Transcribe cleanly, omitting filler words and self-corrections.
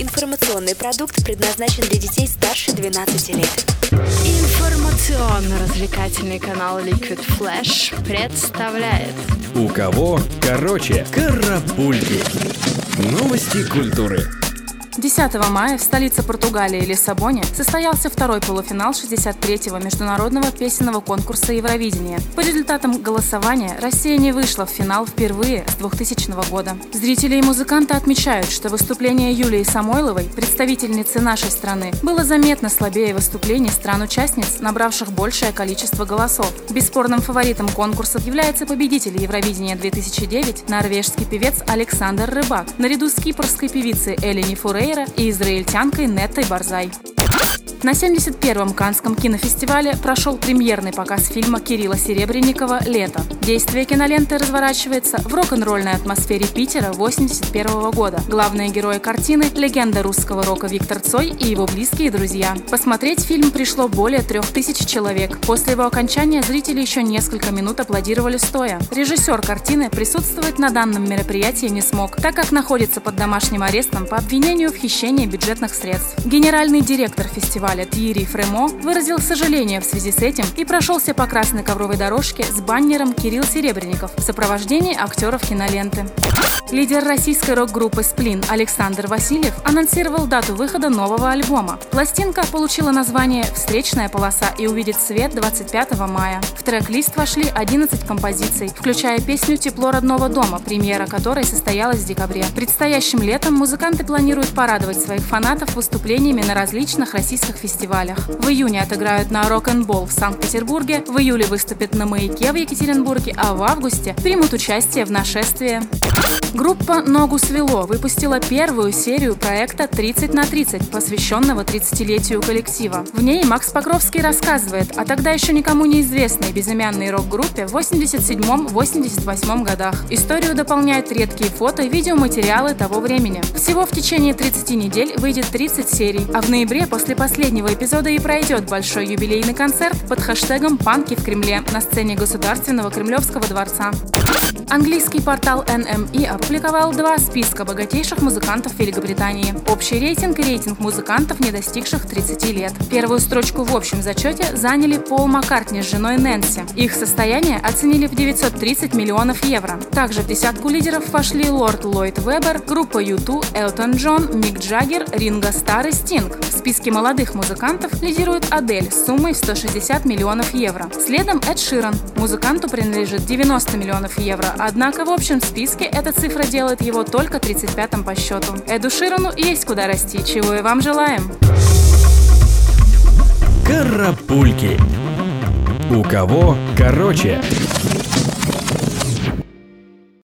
Информационный продукт предназначен для детей старше 12 лет. Информационно-развлекательный канал Liquid Flash представляет «У кого короче?» Карапульки. Новости культуры. 10 мая в столице Португалии Лиссабоне состоялся второй полуфинал 63-го международного песенного конкурса Евровидения. По результатам голосования Россия не вышла в финал впервые с 2000 года. Зрители и музыканты отмечают, что выступление Юлии Самойловой, представительницы нашей страны, было заметно слабее выступлений стран-участниц, набравших большее количество голосов. Бесспорным фаворитом конкурса является победитель Евровидения 2009 норвежский певец Александр Рыбак, наряду с кипрской певицей Элени Фурейра и израильтянкой Неттой Барзай. На 71-м Каннском кинофестивале прошел премьерный показ фильма Кирилла Серебренникова «Лето». Действие киноленты разворачивается в рок-н-ролльной атмосфере Питера 81 года. Главные герои картины – легенда русского рока Виктор Цой и его близкие друзья. Посмотреть фильм пришло более 3000 человек. После его окончания зрители еще несколько минут аплодировали стоя. Режиссер картины присутствовать на данном мероприятии не смог, так как находится под домашним арестом по обвинению в хищении бюджетных средств. Генеральный директор фестиваля Тьерри Фремо выразил сожаление в связи с этим и прошелся по красной ковровой дорожке с баннером «Кирилл Серебренников» в сопровождении актеров киноленты. Лидер российской рок-группы «Сплин» Александр Васильев анонсировал дату выхода нового альбома. Пластинка получила название «Встречная полоса» и увидит свет 25 мая. В трек-лист вошли 11 композиций, включая песню «Тепло родного дома», премьера которой состоялась в декабре. Предстоящим летом музыканты планируют порадовать своих фанатов выступлениями на различных российских фестивалях. В июне отыграют на Рок-н-Болл в Санкт-Петербурге, в июле выступят на Маяке в Екатеринбурге, а в августе примут участие в «Нашествии». Группа «Ногу свело» выпустила первую серию проекта «30 на 30», посвященного 30-летию коллектива. В ней Макс Покровский рассказывает о тогда еще никому неизвестной безымянной рок-группе в 87-88 годах. Историю дополняют редкие фото и видеоматериалы того времени. Всего в течение 30 недель выйдет 30 серий, а в ноябре после последнего эпизода и пройдет большой юбилейный концерт под хэштегом «Панки в Кремле» на сцене Государственного Кремлевского дворца. Английский портал NME опубликовал 2 списка богатейших музыкантов Великобритании. Общий рейтинг и рейтинг музыкантов, не достигших 30 лет. Первую строчку в общем зачете заняли Пол Маккартни с женой Нэнси. Их состояние оценили в 930 миллионов евро. Также в десятку лидеров вошли Лорд Ллойд Веббер, группа U2, Элтон Джон, Мик Джаггер, Ринго Старр и Стинг. В списке молодых музыкантов лидирует Адель с суммой в 160 миллионов евро. Следом Эд Ширан. Музыканту принадлежит 90 миллионов евро, однако в общем списке эта цифра делает его только 35-м по счету. Эду Ширану есть куда расти, чего и вам желаем. Карапульки. У кого короче?